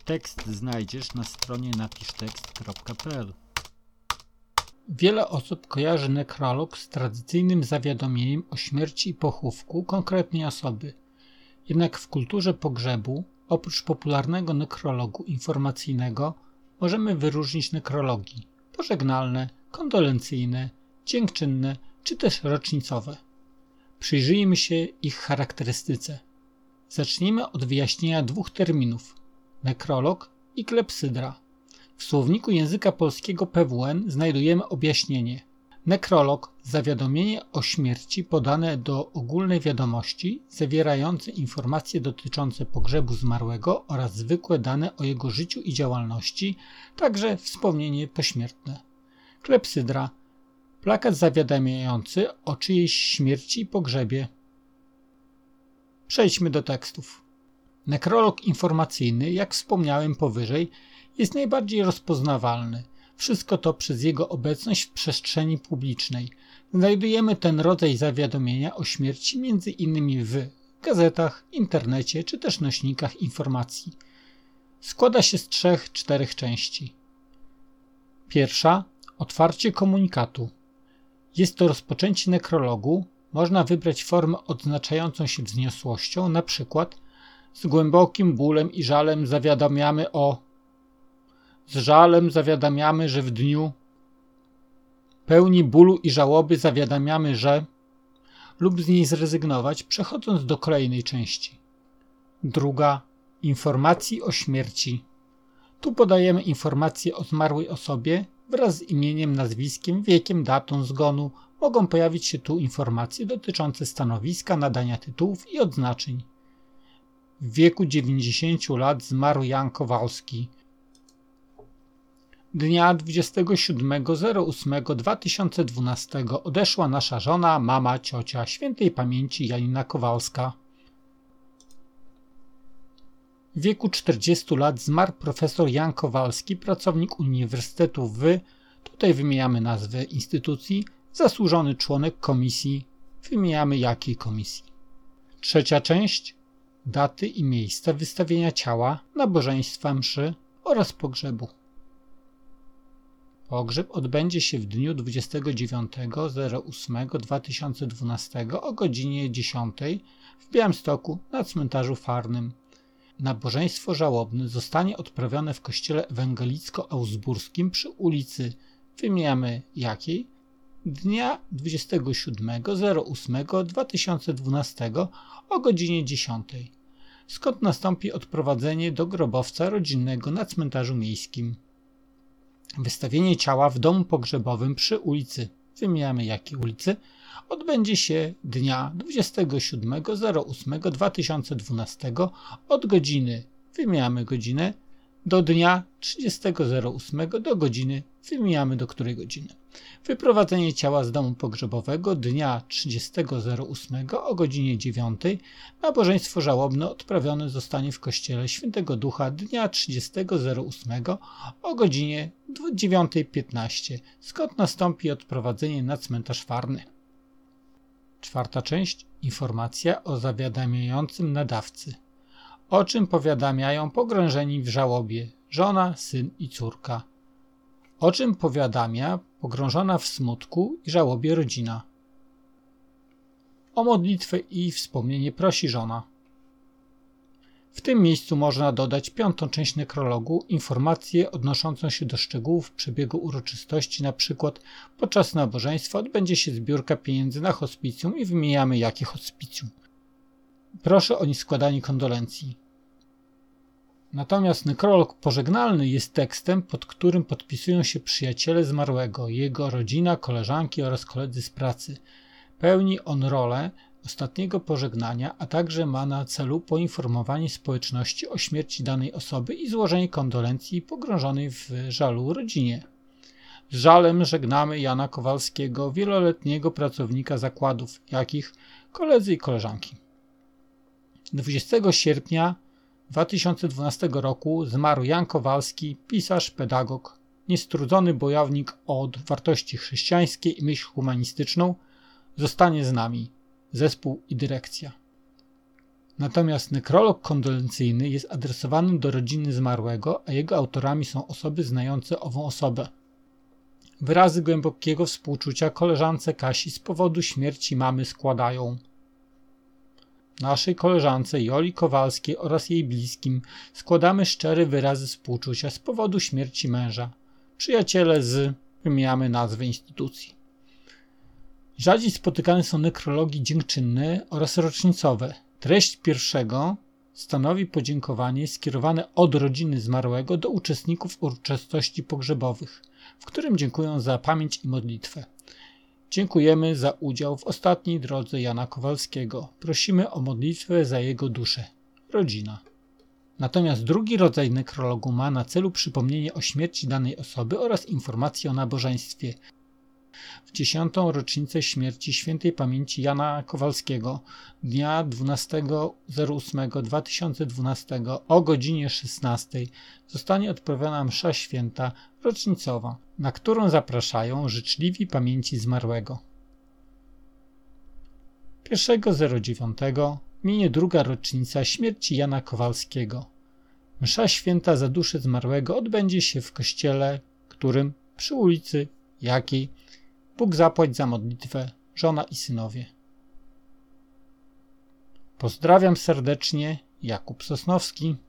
Tekst znajdziesz na stronie napisztekst.pl. Wiele osób kojarzy nekrolog z tradycyjnym zawiadomieniem o śmierci i pochówku konkretnej osoby. Jednak w kulturze pogrzebu, oprócz popularnego nekrologu informacyjnego, możemy wyróżnić nekrologi pożegnalne, kondolencyjne, dziękczynne czy też rocznicowe. Przyjrzyjmy się ich charakterystyce. Zacznijmy od wyjaśnienia dwóch terminów: nekrolog i klepsydra. W słowniku języka polskiego PWN znajdujemy objaśnienie. Nekrolog – zawiadomienie o śmierci podane do ogólnej wiadomości, zawierające informacje dotyczące pogrzebu zmarłego oraz zwykłe dane o jego życiu i działalności, także wspomnienie pośmiertne. Klepsydra – plakat zawiadamiający o czyjejś śmierci i pogrzebie. Przejdźmy do tekstów. Nekrolog informacyjny, jak wspomniałem powyżej, jest najbardziej rozpoznawalny. Wszystko to przez jego obecność w przestrzeni publicznej. Znajdujemy ten rodzaj zawiadomienia o śmierci m.in. w gazetach, internecie czy też nośnikach informacji. Składa się z 3-4 części. Pierwsza – otwarcie komunikatu. Jest to rozpoczęcie nekrologu. Można wybrać formę odznaczającą się wzniosłością, na przykład z głębokim bólem i żalem zawiadamiamy o. Z żalem zawiadamiamy, że w dniu. Pełni bólu i żałoby zawiadamiamy, że. Lub z niej zrezygnować, przechodząc do kolejnej części. Druga. Informacji o śmierci. Tu podajemy informacje o zmarłej osobie wraz z imieniem, nazwiskiem, wiekiem, datą zgonu. Mogą pojawić się tu informacje dotyczące stanowiska, nadania tytułów i odznaczeń. W wieku 90 lat zmarł Jan Kowalski. Dnia 27.08.2012 odeszła nasza żona, mama, ciocia, świętej pamięci Janina Kowalska. W wieku 40 lat zmarł profesor Jan Kowalski, pracownik Uniwersytetu tutaj wymieniamy nazwę instytucji, zasłużony członek komisji, wymieniamy jakiej komisji. Trzecia część. Daty i miejsca wystawienia ciała, nabożeństwa, mszy oraz pogrzebu. Pogrzeb odbędzie się w dniu 29.08.2012 o godzinie 10 w Białymstoku na cmentarzu Farnym. Nabożeństwo żałobne zostanie odprawione w kościele ewangelicko-augsburskim przy ulicy, wymieniamy jakiej, dnia 27.08.2012 o godzinie 10, skąd nastąpi odprowadzenie do grobowca rodzinnego na cmentarzu miejskim. Wystawienie ciała w domu pogrzebowym przy ulicy, wymieniamy jakiej ulicy, odbędzie się dnia 27.08.2012 od godziny, wymieniamy godzinę, do dnia 30.08 do godziny, wymieniamy do której godziny. Wyprowadzenie ciała z domu pogrzebowego dnia 30.08 o godzinie 9. Nabożeństwo żałobne odprawione zostanie w kościele Świętego Ducha dnia 30.08 o godzinie 9:15, skąd nastąpi odprowadzenie na cmentarz Farny. Czwarta część. Informacja o zawiadamiającym nadawcy. O czym powiadamiają pogrążeni w żałobie żona, syn i córka. O czym powiadamia pogrążona w smutku i żałobie rodzina. O modlitwę i wspomnienie prosi żona. W tym miejscu można dodać piątą część nekrologu, informację odnoszącą się do szczegółów przebiegu uroczystości, np. podczas nabożeństwa odbędzie się zbiórka pieniędzy na hospicjum i wymieniamy jakie hospicjum. Proszę o nieskładanie kondolencji. Natomiast nekrolog pożegnalny jest tekstem, pod którym podpisują się przyjaciele zmarłego, jego rodzina, koleżanki oraz koledzy z pracy. Pełni on rolę ostatniego pożegnania, a także ma na celu poinformowanie społeczności o śmierci danej osoby i złożenie kondolencji pogrążonej w żalu rodzinie. Z żalem żegnamy Jana Kowalskiego, wieloletniego pracownika zakładów, jakich koledzy i koleżanki. 20 sierpnia 2012 roku zmarł Jan Kowalski, pisarz, pedagog, niestrudzony bojownik od wartości chrześcijańskiej i myśl humanistyczną. Zostanie z nami zespół i dyrekcja. Natomiast nekrolog kondolencyjny jest adresowany do rodziny zmarłego, a jego autorami są osoby znające ową osobę. Wyrazy głębokiego współczucia koleżance Kasi z powodu śmierci mamy składają: naszej koleżance Joli Kowalskiej oraz jej bliskim składamy szczere wyrazy współczucia z powodu śmierci męża. Przyjaciele wymieniamy nazwę instytucji. Rzadziej spotykane są nekrologi dziękczynne oraz rocznicowe. Treść pierwszego stanowi podziękowanie skierowane od rodziny zmarłego do uczestników uroczystości pogrzebowych, w którym dziękują za pamięć i modlitwę. Dziękujemy za udział w ostatniej drodze Jana Kowalskiego. Prosimy o modlitwę za jego duszę. Rodzina. Natomiast drugi rodzaj nekrologu ma na celu przypomnienie o śmierci danej osoby oraz informacje o nabożeństwie. W 10. rocznicę śmierci świętej pamięci Jana Kowalskiego dnia 12.08.2012 o godzinie 16 zostanie odprawiona msza święta rocznicowa, na którą zapraszają życzliwi pamięci zmarłego. 1.09 minie druga rocznica śmierci Jana Kowalskiego. Msza święta za duszę zmarłego odbędzie się w kościele, którym przy ulicy jakiej Bóg zapłać za modlitwę, żona i synowie. Pozdrawiam serdecznie, Jakub Sosnowski.